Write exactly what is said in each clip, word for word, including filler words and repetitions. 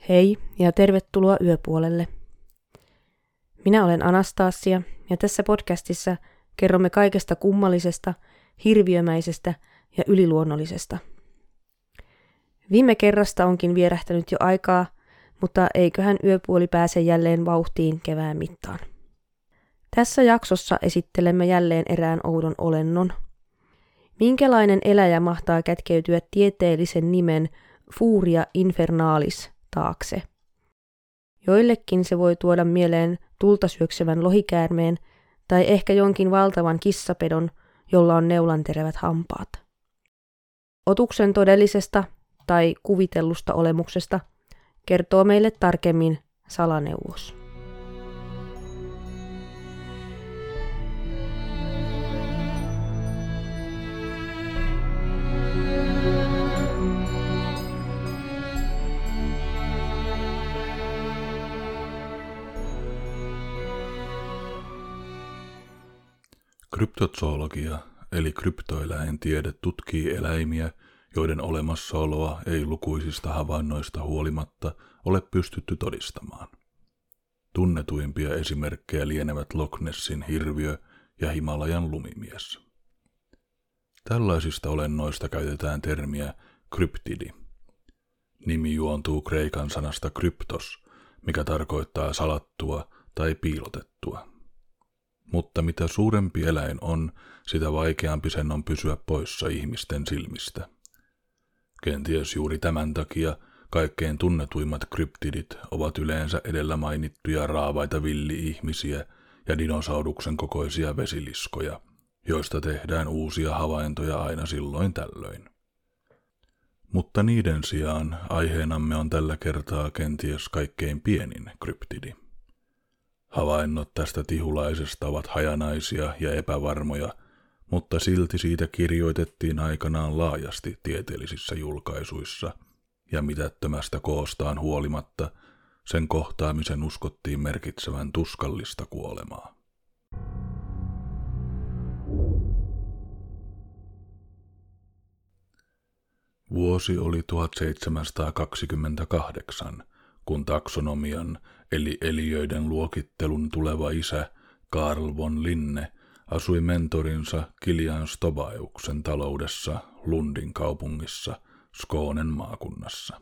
Hei ja tervetuloa Yöpuolelle. Minä olen Anastasia ja tässä podcastissa kerromme kaikesta kummallisesta, hirviömäisestä ja yliluonnollisesta. Viime kerrasta onkin vierähtänyt jo aikaa, mutta eiköhän Yöpuoli pääse jälleen vauhtiin kevään mittaan. Tässä jaksossa esittelemme jälleen erään oudon olennon. Minkälainen eläjä mahtaa kätkeytyä tieteellisen nimen Furia infernalis taakse? Joillekin se voi tuoda mieleen tulta syöksevän lohikäärmeen tai ehkä jonkin valtavan kissapedon, jolla on neulanterävät hampaat. Otuksen todellisesta tai kuvitellusta olemuksesta kertoo meille tarkemmin salaneuvos. Kryptozoologia eli kryptoeläintiede tutkii eläimiä, joiden olemassaoloa ei lukuisista havainnoista huolimatta ole pystytty todistamaan. Tunnetuimpia esimerkkejä lienevät Loch Nessin hirviö ja Himalajan lumimies. Tällaisista olennoista käytetään termiä kryptidi. Nimi juontuu kreikan sanasta kryptos, mikä tarkoittaa salattua tai piilotettua. Mutta mitä suurempi eläin on, sitä vaikeampi sen on pysyä poissa ihmisten silmistä. Kenties juuri tämän takia kaikkein tunnetuimmat kryptidit ovat yleensä edellä mainittuja raavaita villi-ihmisiä ja dinosauruksen kokoisia vesiliskoja, joista tehdään uusia havaintoja aina silloin tällöin. Mutta niiden sijaan aiheenamme on tällä kertaa kenties kaikkein pienin kryptidi. Havainnot tästä tihulaisesta ovat hajanaisia ja epävarmoja, mutta silti siitä kirjoitettiin aikanaan laajasti tieteellisissä julkaisuissa, ja mitättömästä koostaan huolimatta sen kohtaamisen uskottiin merkitsevän tuskallista kuolemaa. Vuosi oli tuhatseitsemänsataakaksikymmentäkahdeksan, kun taksonomian eli eliöiden luokittelun tuleva isä Carl von Linne asui mentorinsa Kilian Stobaiuksen taloudessa Lundin kaupungissa Skånen maakunnassa.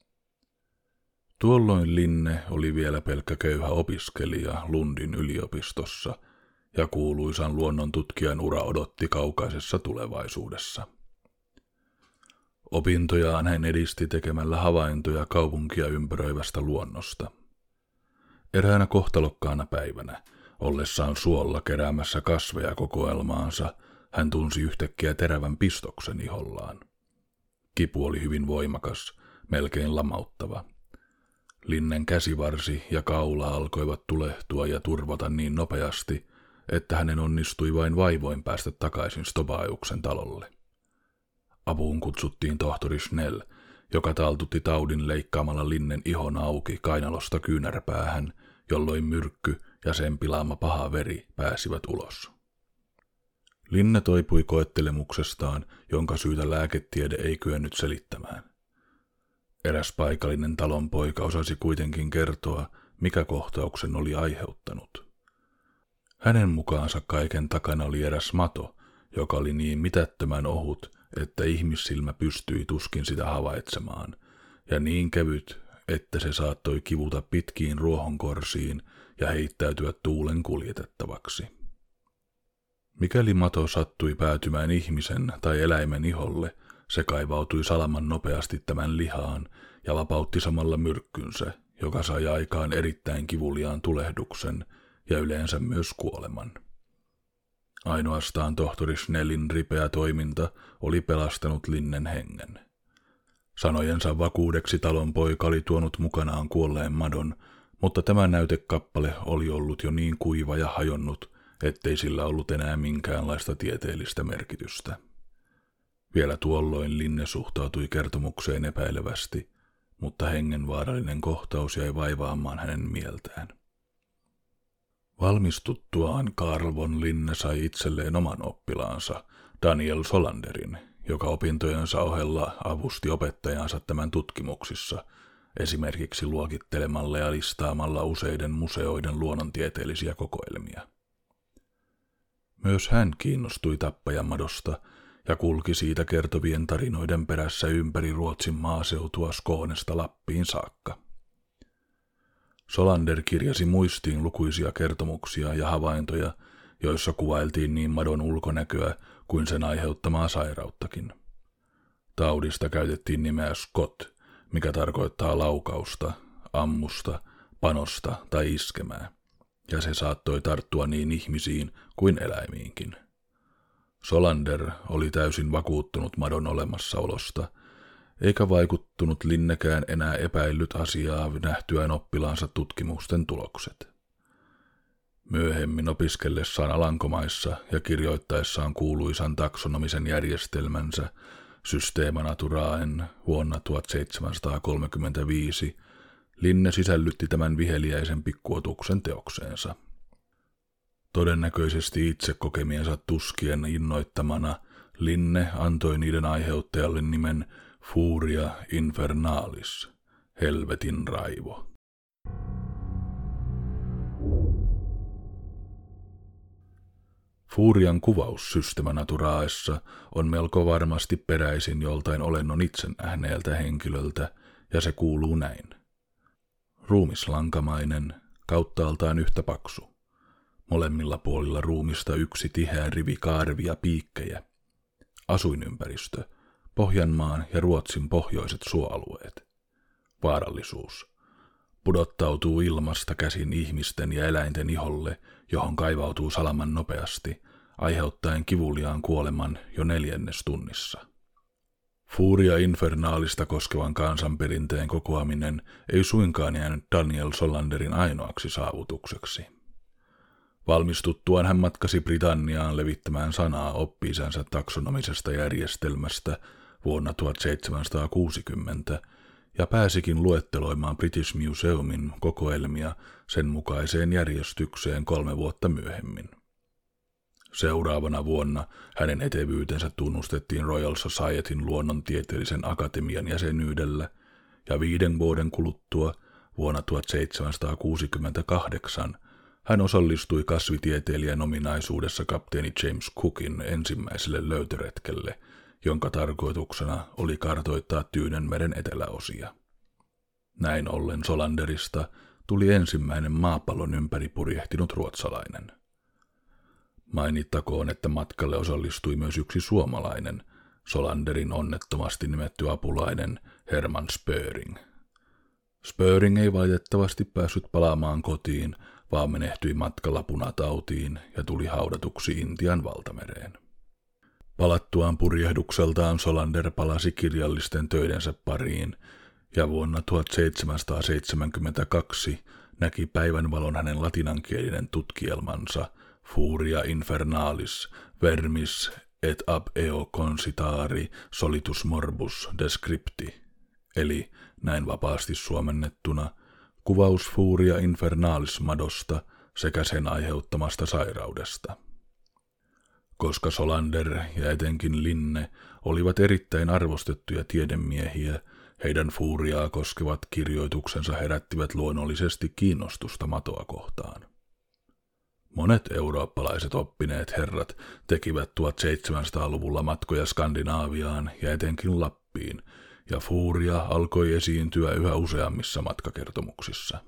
Tuolloin Linne oli vielä pelkkä köyhä opiskelija Lundin yliopistossa ja kuuluisan luonnontutkijan ura odotti kaukaisessa tulevaisuudessa. Opintojaan hän edisti tekemällä havaintoja kaupunkia ympäröivästä luonnosta. Eräänä kohtalokkaana päivänä, ollessaan suolla keräämässä kasveja kokoelmaansa, hän tunsi yhtäkkiä terävän pistoksen ihollaan. Kipu oli hyvin voimakas, melkein lamauttava. Linnen käsivarsi ja kaula alkoivat tulehtua ja turvota niin nopeasti, että hänen onnistui vain vaivoin päästä takaisin Stobaiuksen talolle. Apuun kutsuttiin tohtori Snell, joka taltutti taudin leikkaamalla Linnen ihon auki kainalosta kyynärpäähän, jolloin myrkky ja sen pilaama paha veri pääsivät ulos. Linne toipui koettelemuksestaan, jonka syytä lääketiede ei kyennyt selittämään. Eräs paikallinen talonpoika osasi kuitenkin kertoa, mikä kohtauksen oli aiheuttanut. Hänen mukaansa kaiken takana oli eräs mato, joka oli niin mitättömän ohut, että ihmissilmä pystyi tuskin sitä havaitsemaan, ja niin kevyt, että se saattoi kivuta pitkiin ruohonkorsiin ja heittäytyä tuulen kuljetettavaksi. Mikäli mato sattui päätymään ihmisen tai eläimen iholle, se kaivautui salaman nopeasti tämän lihaan ja vapautti samalla myrkkynsä, joka sai aikaan erittäin kivuliaan tulehduksen ja yleensä myös kuoleman. Ainoastaan tohtori Snellin ripeä toiminta oli pelastanut Linnen hengen. Sanojensa vakuudeksi talonpoika oli tuonut mukanaan kuolleen madon, mutta tämä näytekappale oli ollut jo niin kuiva ja hajonnut, ettei sillä ollut enää minkäänlaista tieteellistä merkitystä. Vielä tuolloin Linne suhtautui kertomukseen epäilevästi, mutta hengenvaarallinen kohtaus jäi vaivaamaan hänen mieltään. Valmistuttuaan Carl von Linne sai itselleen oman oppilaansa, Daniel Solanderin, joka opintojensa ohella avusti opettajansa tämän tutkimuksissa, esimerkiksi luokittelemalla ja listaamalla useiden museoiden luonnontieteellisiä kokoelmia. Myös hän kiinnostui tappajamadosta ja kulki siitä kertovien tarinoiden perässä ympäri Ruotsin maaseutua Skånesta Lappiin saakka. Solander kirjasi muistiin lukuisia kertomuksia ja havaintoja, joissa kuvailtiin niin madon ulkonäköä kuin sen aiheuttamaa sairauttakin. Taudista käytettiin nimeä Scott, mikä tarkoittaa laukausta, ammusta, panosta tai iskemää, ja se saattoi tarttua niin ihmisiin kuin eläimiinkin. Solander oli täysin vakuuttunut madon olemassaolosta, eikä vaikuttunut Linnekään enää epäillyt asiaa nähtyään oppilaansa tutkimusten tulokset. Myöhemmin opiskellessaan Alankomaissa ja kirjoittaessaan kuuluisan taksonomisen järjestelmänsä Systema Naturaen vuonna tuhatseitsemänsataakolmekymmentäviisi Linne sisällytti tämän viheliäisen pikkuotuksen teokseensa. Todennäköisesti itse kokemiensa tuskien innoittamana Linne antoi niiden aiheuttajalle nimen Furia Infernalis, helvetin raivo. Furian kuvaus Systema Naturaessa on melko varmasti peräisin joltain olennon itsen nähneeltä henkilöltä, ja se kuuluu näin. Ruumislankamainen, kauttaaltaan yhtä paksu. Molemmilla puolilla ruumista yksi tiheä rivi kaarevia piikkejä. Asuinympäristö, Pohjanmaan ja Ruotsin pohjoiset suoalueet. Vaarallisuus. Pudottautuu ilmasta käsin ihmisten ja eläinten iholle, johon kaivautuu salaman nopeasti, aiheuttaen kivuliaan kuoleman jo neljännes tunnissa. Furia Infernaalista koskevan kansanperinteen kokoaminen ei suinkaan jäänyt Daniel Solanderin ainoaksi saavutukseksi. Valmistuttuaan hän matkasi Britanniaan levittämään sanaa oppi-isänsä taksonomisesta järjestelmästä vuonna tuhatseitsemänsataakuusikymmentä ja pääsikin luetteloimaan British Museumin kokoelmia sen mukaiseen järjestykseen kolme vuotta myöhemmin. Seuraavana vuonna hänen etevyytensä tunnustettiin Royal Societyn luonnontieteellisen akatemian jäsenyydellä ja viiden vuoden kuluttua vuonna tuhatseitsemänsataakuusikymmentäkahdeksan hän osallistui kasvitieteilijän ominaisuudessa kapteeni James Cookin ensimmäiselle löytöretkelle, jonka tarkoituksena oli kartoittaa Tyynenmeren eteläosia. Näin ollen Solanderista tuli ensimmäinen maapallon ympäri purjehtinut ruotsalainen. Mainittakoon, että matkalle osallistui myös yksi suomalainen, Solanderin onnettomasti nimetty apulainen Herman Spöring. Spöring ei valitettavasti päässyt palaamaan kotiin, vaan menehtyi matkalla punatautiin ja tuli haudatuksi Intian valtamereen. Palattuaan purjehdukseltaan Solander palasi kirjallisten töidensä pariin, ja vuonna tuhatseitsemänsataaseitsemänkymmentäkaksi näki päivänvalon hänen latinankielinen tutkielmansa Furia Infernalis vermis et ab eo consitari solitus morbus descripti, eli näin vapaasti suomennettuna kuvaus Furia Infernalis madosta sekä sen aiheuttamasta sairaudesta. Koska Solander ja etenkin Linne olivat erittäin arvostettuja tiedemiehiä, heidän Furiaa koskevat kirjoituksensa herättivät luonnollisesti kiinnostusta matoa kohtaan. Monet eurooppalaiset oppineet herrat tekivät tuhatseitsemänsataaluvulla matkoja Skandinaaviaan ja etenkin Lappiin, ja Furia alkoi esiintyä yhä useammissa matkakertomuksissa.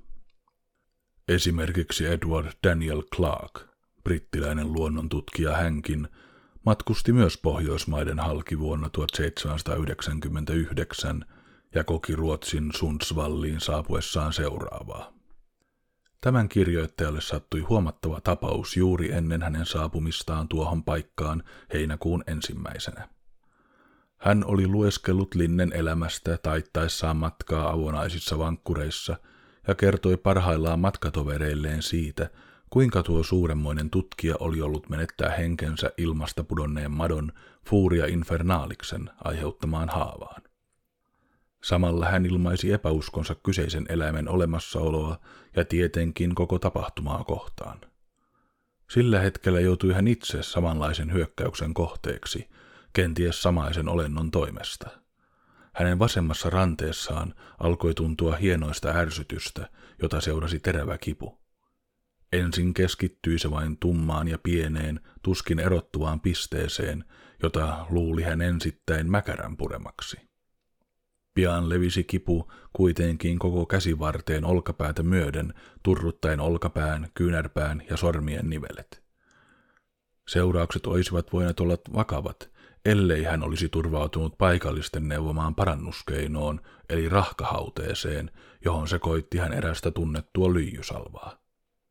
Esimerkiksi Edward Daniel Clarke, brittiläinen luonnontutkija hänkin, matkusti myös Pohjoismaiden halki vuonna tuhatseitsemänsataayhdeksänkymmentäyhdeksän ja koki Ruotsin Sundsvalliin saapuessaan seuraavaa. Tämän kirjoittajalle sattui huomattava tapaus juuri ennen hänen saapumistaan tuohon paikkaan heinäkuun ensimmäisenä. Hän oli lueskellut Linnen elämästä taittaessaan matkaa avonaisissa vankkureissa ja kertoi parhaillaan matkatovereilleen siitä, kuinka tuo suuremmoinen tutkija oli ollut menettää henkensä ilmasta pudonneen madon Furia Infernaliksen aiheuttamaan haavaan. Samalla hän ilmaisi epäuskonsa kyseisen eläimen olemassaoloa ja tietenkin koko tapahtumaa kohtaan. Sillä hetkellä joutui hän itse samanlaisen hyökkäyksen kohteeksi, kenties samaisen olennon toimesta. Hänen vasemmassa ranteessaan alkoi tuntua hienoista ärsytystä, jota seurasi terävä kipu. Ensin keskittyi se vain tummaan ja pieneen, tuskin erottuvaan pisteeseen, jota luuli hän ensittäin mäkärän puremaksi. Pian levisi kipu kuitenkin koko käsivarteen olkapäätä myöden, turruttaen olkapään, kyynärpään ja sormien nivelet. Seuraukset olisivat voineet olla vakavat, ellei hän olisi turvautunut paikallisten neuvomaan parannuskeinoon, eli rahkahauteeseen, johon sekoitti hän erästä tunnettua lyijysalvaa.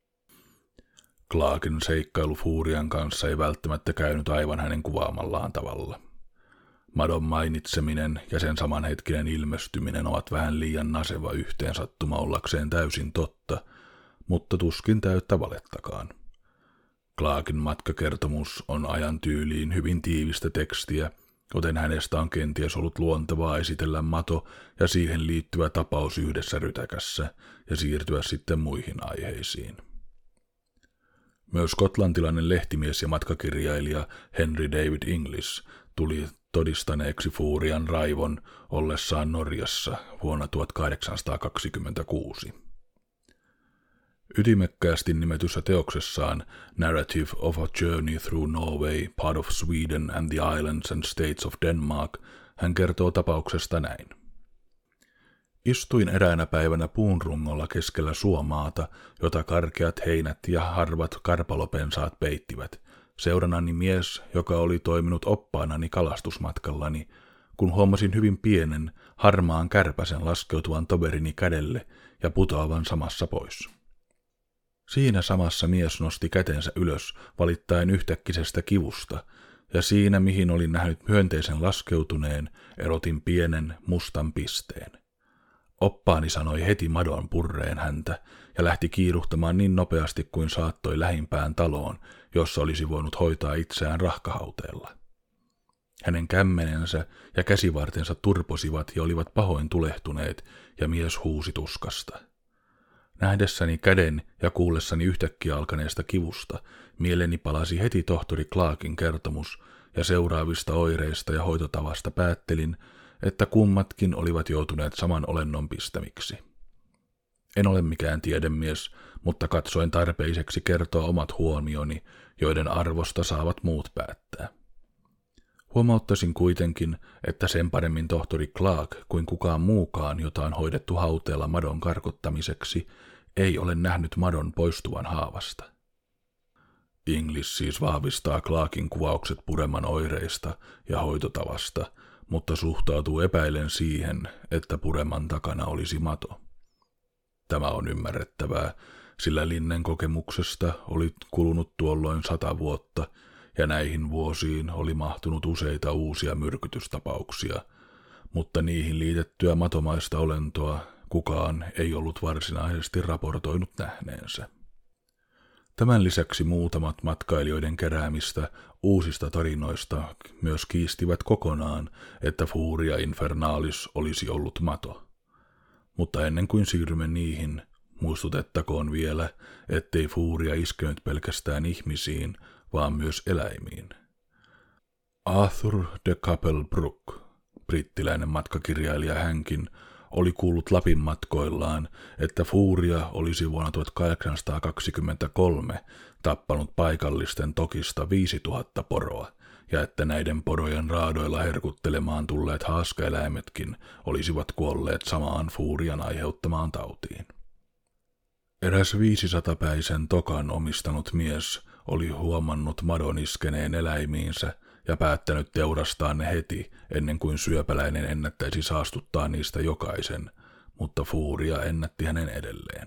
Clarken seikkailu Fuurian kanssa ei välttämättä käynyt aivan hänen kuvaamallaan tavalla. Madon mainitseminen ja sen samanhetkinen ilmestyminen ovat vähän liian naseva yhteensattuma ollakseen täysin totta, mutta tuskin täyttä valettakaan. Clarken matkakertomus on ajan tyyliin hyvin tiivistä tekstiä, joten hänestä on kenties ollut luontevaa esitellä mato ja siihen liittyvä tapaus yhdessä rytäkässä ja siirtyä sitten muihin aiheisiin. Myös skotlantilainen lehtimies ja matkakirjailija Henry David Inglis tuli todistaneeksi Fuurian raivon ollessaan Norjassa vuonna tuhatkahdeksansataakaksikymmentäkuusi. Ytimekkäästi nimetyssä teoksessaan Narrative of a Journey Through Norway, Part of Sweden and the Islands and States of Denmark hän kertoo tapauksesta näin. Istuin eräänä päivänä puunrungolla keskellä Suomaata, jota karkeat heinät ja harvat karpalopensaat peittivät, seurannani mies, joka oli toiminut oppaanani kalastusmatkallani, kun huomasin hyvin pienen, harmaan kärpäsen laskeutuvan toverini kädelle ja putoavan samassa pois. Siinä samassa mies nosti kätensä ylös valittaen yhtäkkisestä kivusta, ja siinä, mihin olin nähnyt myönteisen laskeutuneen, erotin pienen, mustan pisteen. Oppaani sanoi heti madon purreen häntä ja lähti kiiruhtamaan niin nopeasti kuin saattoi lähimpään taloon, jossa olisi voinut hoitaa itseään rahkahauteella. Hänen kämmenensä ja käsivartensa turposivat ja olivat pahoin tulehtuneet, ja mies huusi tuskasta. Nähdessäni käden ja kuullessani yhtäkkiä alkaneesta kivusta, mieleni palasi heti tohtori Clarkin kertomus, ja seuraavista oireista ja hoitotavasta päättelin, että kummatkin olivat joutuneet saman olennon pistämiksi. En ole mikään tiedemies, mutta katsoin tarpeiseksi kertoa omat huomioni, joiden arvosta saavat muut päättää. Huomauttaisin kuitenkin, että sen paremmin tohtori Clark kuin kukaan muukaan, jota on hoidettu hauteella madon karkottamiseksi, ei ole nähnyt madon poistuvan haavasta. Inglis siis vahvistaa Clarkin kuvaukset pureman oireista ja hoitotavasta, mutta suhtautuu epäilen siihen, että pureman takana olisi mato. Tämä on ymmärrettävää, sillä Linnen kokemuksesta oli kulunut tuolloin sata vuotta, ja näihin vuosiin oli mahtunut useita uusia myrkytystapauksia, mutta niihin liitettyä matomaista olentoa kukaan ei ollut varsinaisesti raportoinut nähneensä. Tämän lisäksi muutamat matkailijoiden keräämistä uusista tarinoista myös kiistivät kokonaan, että Furia Infernalis olisi ollut mato. Mutta ennen kuin siirrymme niihin, muistutettakoon vielä, ettei Furia iskenyt pelkästään ihmisiin, vaan myös eläimiin. Arthur de Capel-Brook, brittiläinen matkakirjailija hänkin, oli kuullut Lapin matkoillaan, että Furia olisi vuonna tuhatkahdeksansataakaksikymmentäkolme tappanut paikallisten tokista viisituhatta poroa, ja että näiden porojen raadoilla herkuttelemaan tulleet haaskaeläimetkin olisivat kuolleet samaan Furian aiheuttamaan tautiin. Eräs viisisatapäisen tokan omistanut mies oli huomannut madon iskeneen eläimiinsä ja päättänyt teurastaa ne heti ennen kuin syöpäläinen ennättäisi saastuttaa niistä jokaisen, mutta Furia ennätti hänen edelleen.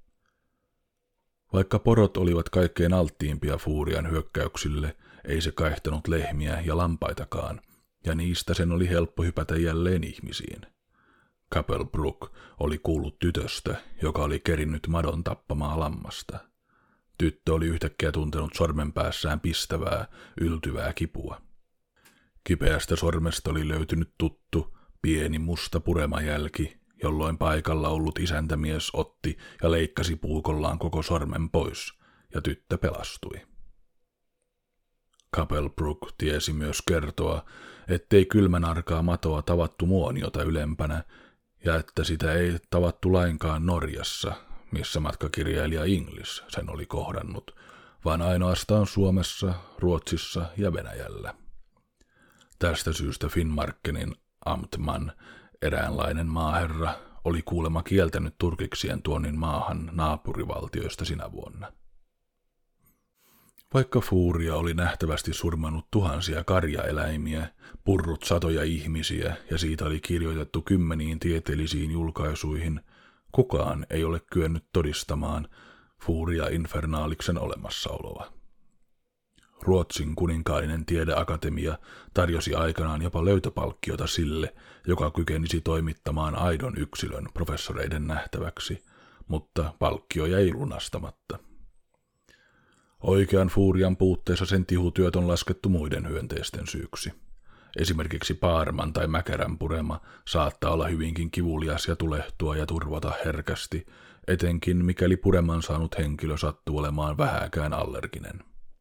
Vaikka porot olivat kaikkein alttiimpia Furian hyökkäyksille, ei se kaihtanut lehmiä ja lampaitakaan, ja niistä sen oli helppo hypätä jälleen ihmisiin. Capel-Brook oli kuullut tytöstä, joka oli kerinnyt madon tappamaa lammasta. Tyttö oli yhtäkkiä tuntenut sormenpäässään pistävää, yltyvää kipua. Kipeästä sormesta oli löytynyt tuttu, pieni musta puremajälki, jolloin paikalla ollut isäntämies otti ja leikkasi puukollaan koko sormen pois, ja tyttö pelastui. Capelbrook tiesi myös kertoa, ettei kylmänarkaa matoa tavattu muoniota ylempänä ja että sitä ei tavattu lainkaan Norjassa, missä matkakirjailija Inglis sen oli kohdannut, vaan ainoastaan Suomessa, Ruotsissa ja Venäjällä. Tästä syystä Finnmarkenin amtman, eräänlainen maaherra, oli kuulemma kieltänyt turkiksien tuonnin maahan naapurivaltioista sinä vuonna. Vaikka Fuuria oli nähtävästi surmannut tuhansia karjaeläimiä, purrut satoja ihmisiä ja siitä oli kirjoitettu kymmeniin tieteellisiin julkaisuihin, kukaan ei ole kyennyt todistamaan Fuuria Infernaaliksen olemassaoloa. Ruotsin kuninkaallinen tiedeakatemia tarjosi aikanaan jopa löytöpalkkiota sille, joka kykenisi toimittamaan aidon yksilön professoreiden nähtäväksi, mutta palkkio jäi lunastamatta. Oikean Fuurian puutteessa sen tihutyöt on laskettu muiden hyönteisten syyksi. Esimerkiksi paarman tai mäkärän purema saattaa olla hyvinkin kivulias ja tulehtua ja turvata herkästi, etenkin mikäli pureman saanut henkilö sattuu olemaan vähääkään allerginen.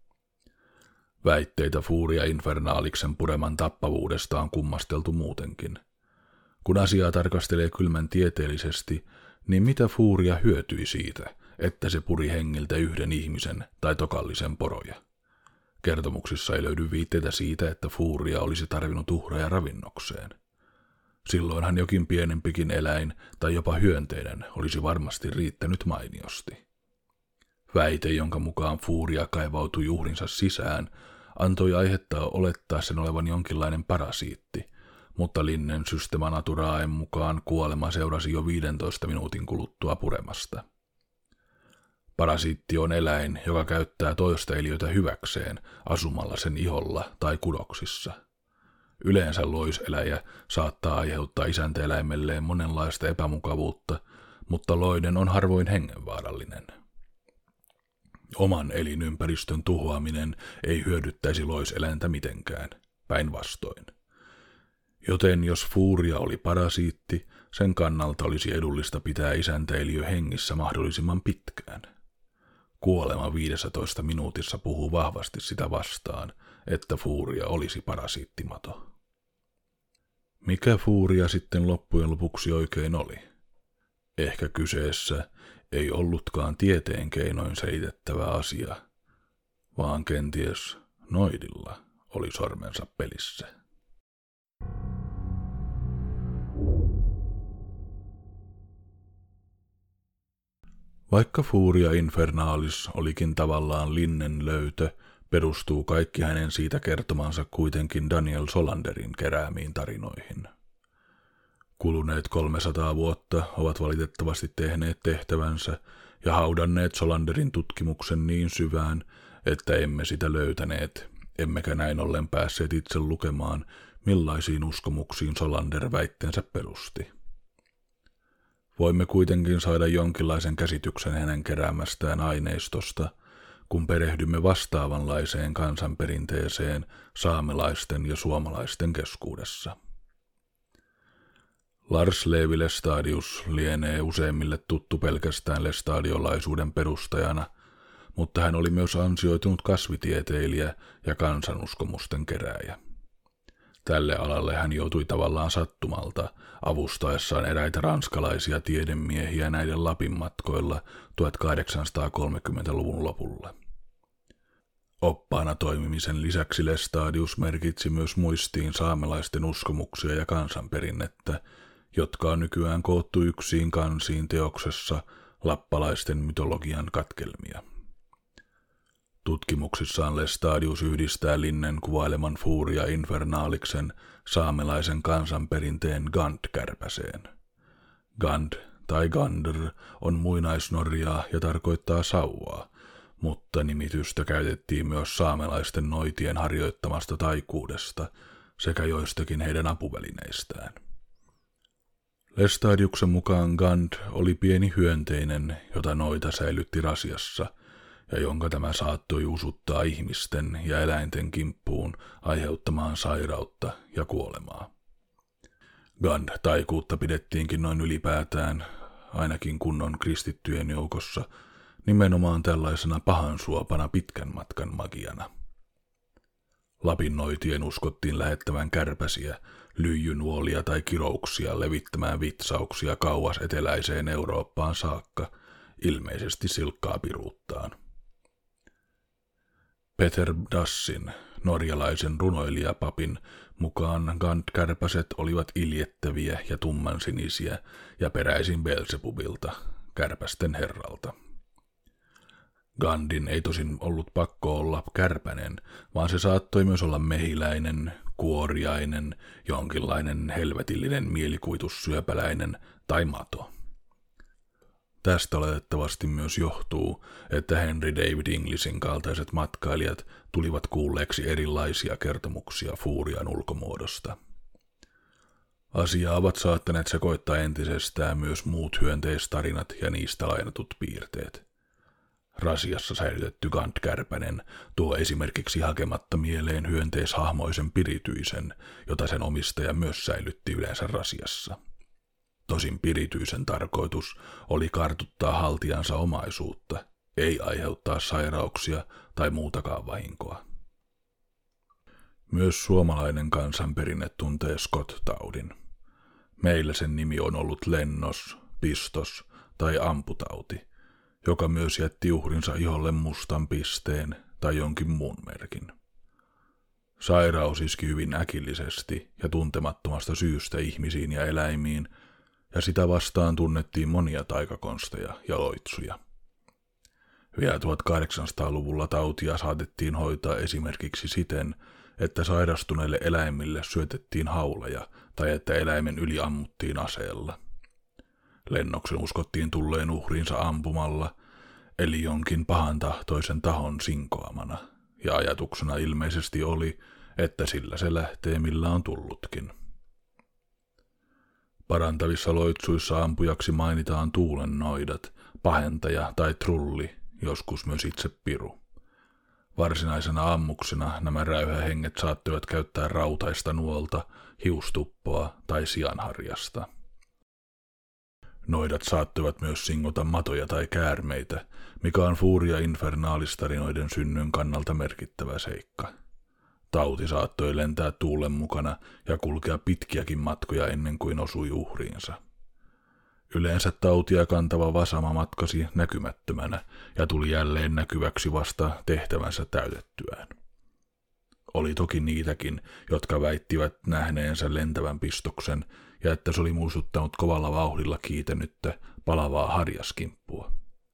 Väitteitä Fuuria Infernaaliksen pureman tappavuudesta on kummasteltu muutenkin. Kun asiaa tarkastelee kylmän tieteellisesti, niin mitä Fuuria hyötyi siitä, että se puri hengiltä yhden ihmisen tai tokallisen poroja? Kertomuksissa ei löydy viitteitä siitä, että Fuuria olisi tarvinnut uhreja ravinnokseen. Silloinhan jokin pienempikin eläin tai jopa hyönteinen olisi varmasti riittänyt mainiosti. Väite, jonka mukaan Fuuria kaivautui uhrinsa sisään, antoi aihetta olettaa sen olevan jonkinlainen parasiitti, mutta Linnen Systema Naturaen mukaan kuolema seurasi jo viidentoista minuutin kuluttua puremasta. Parasiitti on eläin, joka käyttää toista eliötä hyväkseen asumalla sen iholla tai kudoksissa. Yleensä loiseläjä saattaa aiheuttaa isäntäeläimelleen monenlaista epämukavuutta, mutta loinen on harvoin hengenvaarallinen. Oman elinympäristön tuhoaminen ei hyödyttäisi loiseläintä mitenkään, päinvastoin. Joten jos Fuuria oli parasiitti, sen kannalta olisi edullista pitää isäntäeliö hengissä mahdollisimman pitkään. Kuolema viidessätoista minuutissa puhuu vahvasti sitä vastaan, että Fuuria olisi parasiittimato. Mikä Fuuria sitten loppujen lopuksi oikein oli? Ehkä kyseessä ei ollutkaan tieteen keinoin selitettävä asia, vaan kenties noidilla oli sormensa pelissä. Vaikka Fuuria Infernaalis olikin tavallaan Linnen löytö, perustuu kaikki hänen siitä kertomansa kuitenkin Daniel Solanderin keräämiin tarinoihin. Kuluneet kolmesataa vuotta ovat valitettavasti tehneet tehtävänsä ja haudanneet Solanderin tutkimuksen niin syvään, että emme sitä löytäneet, emmekä näin ollen päässeet itse lukemaan, millaisiin uskomuksiin Solander väitteensä perusti. Voimme kuitenkin saada jonkinlaisen käsityksen hänen keräämästään aineistosta, kun perehdymme vastaavanlaiseen kansanperinteeseen saamelaisten ja suomalaisten keskuudessa. Lars Levi Lestadius lienee useimmille tuttu pelkästään lestadiolaisuuden perustajana, mutta hän oli myös ansioitunut kasvitieteilijä ja kansanuskomusten kerääjä. Tälle alalle hän joutui tavallaan sattumalta avustaessaan eräitä ranskalaisia tiedemiehiä näiden Lapin matkoilla tuhatkahdeksansataakolmekymmentäluvun lopulla. Oppaana toimimisen lisäksi Lestadius merkitsi myös muistiin saamelaisten uskomuksia ja kansanperinnettä, jotka on nykyään koottu yksiin kansiin teoksessa Lappalaisten mytologian katkelmia. Tutkimuksissaan Lestadius yhdistää Linnen kuvaileman Fuuria Infernaaliksen saamelaisen kansanperinteen Gand-kärpäseen. Gand tai Gander on muinaisnorjaa ja tarkoittaa sauvaa, mutta nimitystä käytettiin myös saamelaisten noitien harjoittamasta taikuudesta sekä joistakin heidän apuvälineistään. Lestadiuksen mukaan Gand oli pieni hyönteinen, jota noita säilytti rasiassa, ja jonka tämä saattoi usuttaa ihmisten ja eläinten kimppuun aiheuttamaan sairautta ja kuolemaa. Gand-taikuutta pidettiinkin noin ylipäätään, ainakin kunnon kristittyjen joukossa, nimenomaan tällaisena pahansuopana pitkän matkan magiana. Lapinnoitien uskottiin lähettävän kärpäsiä, lyijynuolia tai kirouksia levittämään vitsauksia kauas eteläiseen Eurooppaan saakka, ilmeisesti silkkaa piruuttaan. Peter Dassin, norjalaisen runoilijapapin, mukaan Gand-kärpäset olivat iljettäviä ja tummansinisiä ja peräisin Beelzebubilta, kärpästen herralta. Gandin ei tosin ollut pakko olla kärpänen, vaan se saattoi myös olla mehiläinen, kuoriainen, jonkinlainen helvetillinen mielikuvitussyöpäläinen tai mato. Tästä oletettavasti myös johtuu, että Henry David Inglishin kaltaiset matkailijat tulivat kuulleeksi erilaisia kertomuksia Fuurian ulkomuodosta. Asiaa ovat saattaneet sekoittaa entisestään myös muut hyönteistarinat ja niistä lainatut piirteet. Rasiassa säilytetty Gand-kärpänen tuo esimerkiksi hakematta mieleen hyönteishahmoisen Pirityisen, jota sen omistaja myös säilytti yleensä rasiassa. Tosin Pirityisen tarkoitus oli kartuttaa haltijansa omaisuutta, ei aiheuttaa sairauksia tai muutakaan vahinkoa. Myös suomalainen kansanperinne tuntee Scott-taudin. Meillä sen nimi on ollut lennos, pistos tai amputauti, joka myös jätti uhrinsa iholle mustan pisteen tai jonkin muun merkin. Sairaus iski hyvin äkillisesti ja tuntemattomasta syystä ihmisiin ja eläimiin, ja sitä vastaan tunnettiin monia taikakonsteja ja loitsuja. Vielä tuhatkahdeksansataaluvulla tautia saatettiin hoitaa esimerkiksi siten, että sairastuneille eläimille syötettiin hauleja tai että eläimen yli ammuttiin aseella. Lennoksen uskottiin tulleen uhriinsa ampumalla, eli jonkin pahantahtoisen tahon sinkoamana, ja ajatuksena ilmeisesti oli, että sillä se lähtee millä on tullutkin. Parantavissa loitsuissa ampujaksi mainitaan tuulennoidat, pahentaja tai trulli, joskus myös itse piru. Varsinaisena ammuksena nämä räyhähenget saattoivat käyttää rautaista nuolta, hiustuppoa tai sianharjasta. Noidat saattoivat myös singota matoja tai käärmeitä, mikä on Furia Infernalis-tarinoiden synnyn kannalta merkittävä seikka. Tauti saattoi lentää tuulen mukana ja kulkea pitkiäkin matkoja ennen kuin osui uhriinsa. Yleensä tautia kantava vasama matkasi näkymättömänä ja tuli jälleen näkyväksi vasta tehtävänsä täytettyään. Oli toki niitäkin, jotka väittivät nähneensä lentävän pistoksen ja että se oli muistuttanut kovalla vauhdilla kiitänyttä palavaa harjaskimppua.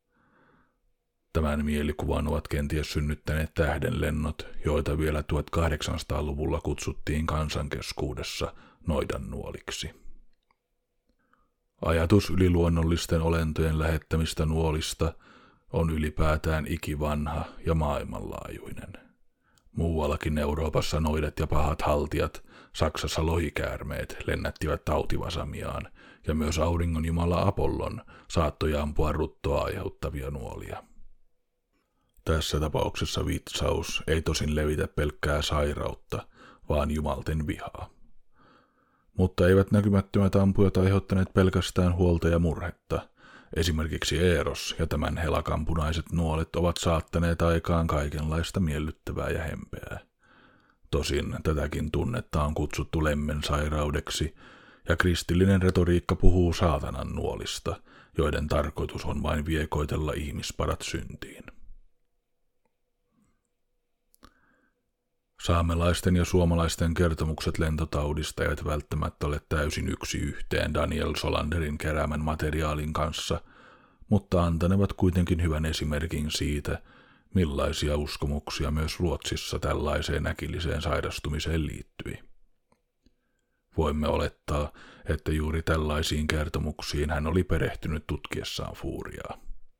Tämän mielikuvan ovat kenties synnyttäneet tähdenlennot, joita vielä tuhatkahdeksansataaluvulla kutsuttiin kansankeskuudessa noidannuoliksi. Ajatus yliluonnollisten olentojen lähettämistä nuolista on ylipäätään ikivanha ja maailmanlaajuinen. Muuallakin Euroopassa noidat ja pahat haltijat, Saksassa lohikäärmeet lennättivät tautivasamiaan, ja myös auringonjumala Apollon saattoi ampua ruttoa aiheuttavia nuolia. Tässä tapauksessa vitsaus ei tosin levitä pelkkää sairautta, vaan jumalten vihaa. Mutta eivät näkymättömät ampujat aiheuttaneet pelkästään huolta ja murhetta. Esimerkiksi Eros ja tämän helakampunaiset nuolet ovat saattaneet aikaan kaikenlaista miellyttävää ja hempeää. Tosin tätäkin tunnetta on kutsuttu lemmen sairaudeksi, ja kristillinen retoriikka puhuu saatanan nuolista, joiden tarkoitus on vain viekoitella ihmisparat syntiin. Saamelaisten ja suomalaisten kertomukset lentotaudista eivät välttämättä ole täysin yksi yhteen Daniel Solanderin keräämän materiaalin kanssa, mutta antanevat kuitenkin hyvän esimerkin siitä, millaisia uskomuksia myös Ruotsissa tällaiseen äkilliseen sairastumiseen liittyi. Voimme olettaa, että juuri tällaisiin kertomuksiin hän oli perehtynyt tutkiessaan Furiaa.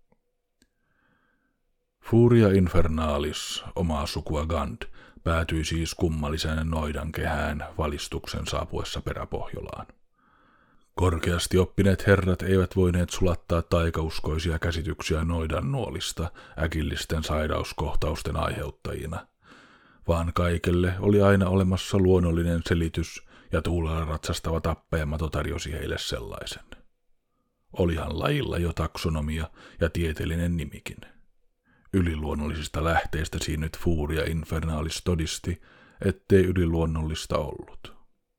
Furia Infernalis, omaa sukua Gand, päätyi siis kummallisen noidankehään valistuksen saapuessa peräpohjolaan. Korkeasti oppineet herrat eivät voineet sulattaa taikauskoisia käsityksiä noidan nuolista äkillisten sairauskohtausten aiheuttajina, vaan kaikelle oli aina olemassa luonnollinen selitys ja tuulella ratsastava tappajamato tarjosi heille sellaisen. Olihan lajilla jo taksonomia ja tieteellinen nimikin. Yliluonnollisista lähteistä siinnyt Furia Infernalis todisti, ettei yliluonnollista ollut.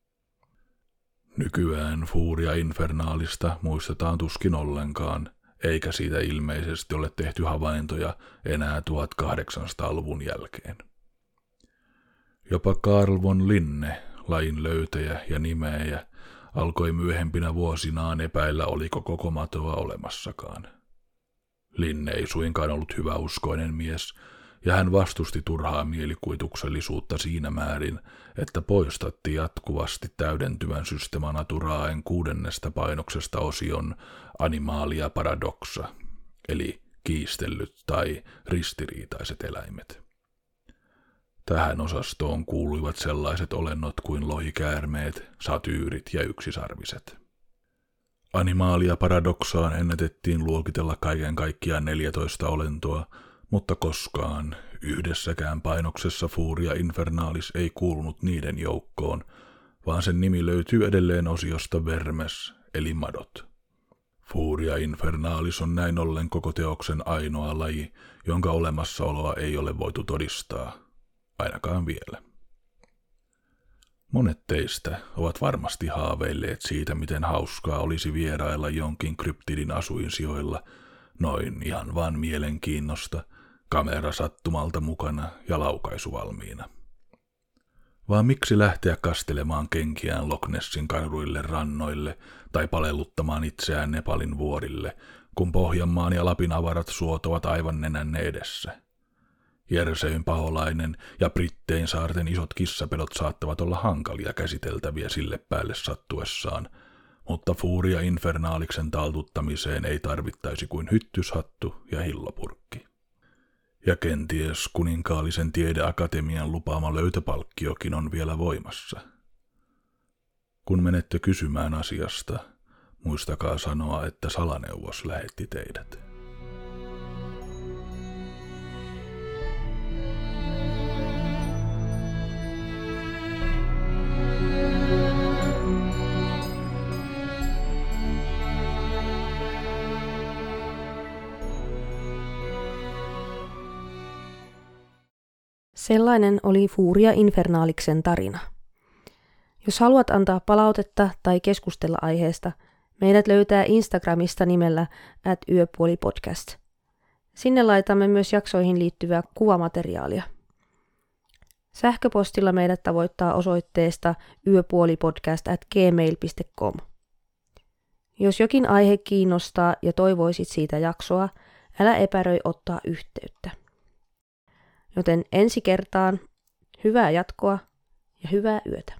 Nykyään Furia Infernalista muistetaan tuskin ollenkaan, eikä siitä ilmeisesti ole tehty havaintoja enää tuhatkahdeksansataaluvun jälkeen. Jopa Carl von Linne, lajin löytäjä ja nimeäjä, alkoi myöhempinä vuosinaan epäillä, oliko koko matoa olemassakaan. Linne ei suinkaan ollut hyväuskoinen mies, ja hän vastusti turhaa mielikuvituksellisuutta siinä määrin, että poistatti jatkuvasti täydentyvän Systema Naturaen kuudennesta painoksesta osion Animalia Paradoxa, eli kiistellyt tai ristiriitaiset eläimet. Tähän osastoon kuuluivat sellaiset olennot kuin lohikäärmeet, satyyrit ja yksisarviset. Animalia Paradoxaan ennätettiin luokitella kaiken kaikkiaan neljätoista olentoa, mutta koskaan yhdessäkään painoksessa Furia Infernalis ei kuulunut niiden joukkoon, vaan sen nimi löytyy edelleen osiosta Vermes, eli madot. Furia Infernalis on näin ollen koko teoksen ainoa laji, jonka olemassaoloa ei ole voitu todistaa, ainakaan vielä. Monet teistä ovat varmasti haaveilleet siitä, miten hauskaa olisi vierailla jonkin kryptidin asuinsijoilla, noin ihan vaan mielenkiinnosta, kamera sattumalta mukana ja laukaisu valmiina. Vaan miksi lähteä kastelemaan kenkiään Loch Nessin karuille rannoille tai palelluttamaan itseään Nepalin vuorille, kun Pohjanmaan ja Lapin avarat suot ovat aivan nenänne edessä? Jerseyn paholainen ja Brittein saarten isot kissapedot saattavat olla hankalia käsiteltäviä sille päälle sattuessaan, mutta Furia Infernaliksen taltuttamiseen ei tarvittaisi kuin hyttyshattu ja hillopurkki. Ja kenties kuninkaallisen tiedeakatemian lupaama löytöpalkkiokin on vielä voimassa. Kun menette kysymään asiasta, muistakaa sanoa, että salaneuvos lähetti teidät. Sellainen oli Furia Infernaliksen tarina. Jos haluat antaa palautetta tai keskustella aiheesta, meidät löytää Instagramista nimellä at yöpuolipodcast. Sinne laitamme myös jaksoihin liittyvää kuvamateriaalia. Sähköpostilla meidät tavoittaa osoitteesta yöpuolipodcast at gmail piste com. Jos jokin aihe kiinnostaa ja toivoisit siitä jaksoa, älä epäröi ottaa yhteyttä. Joten ensi kertaan hyvää jatkoa ja hyvää yötä.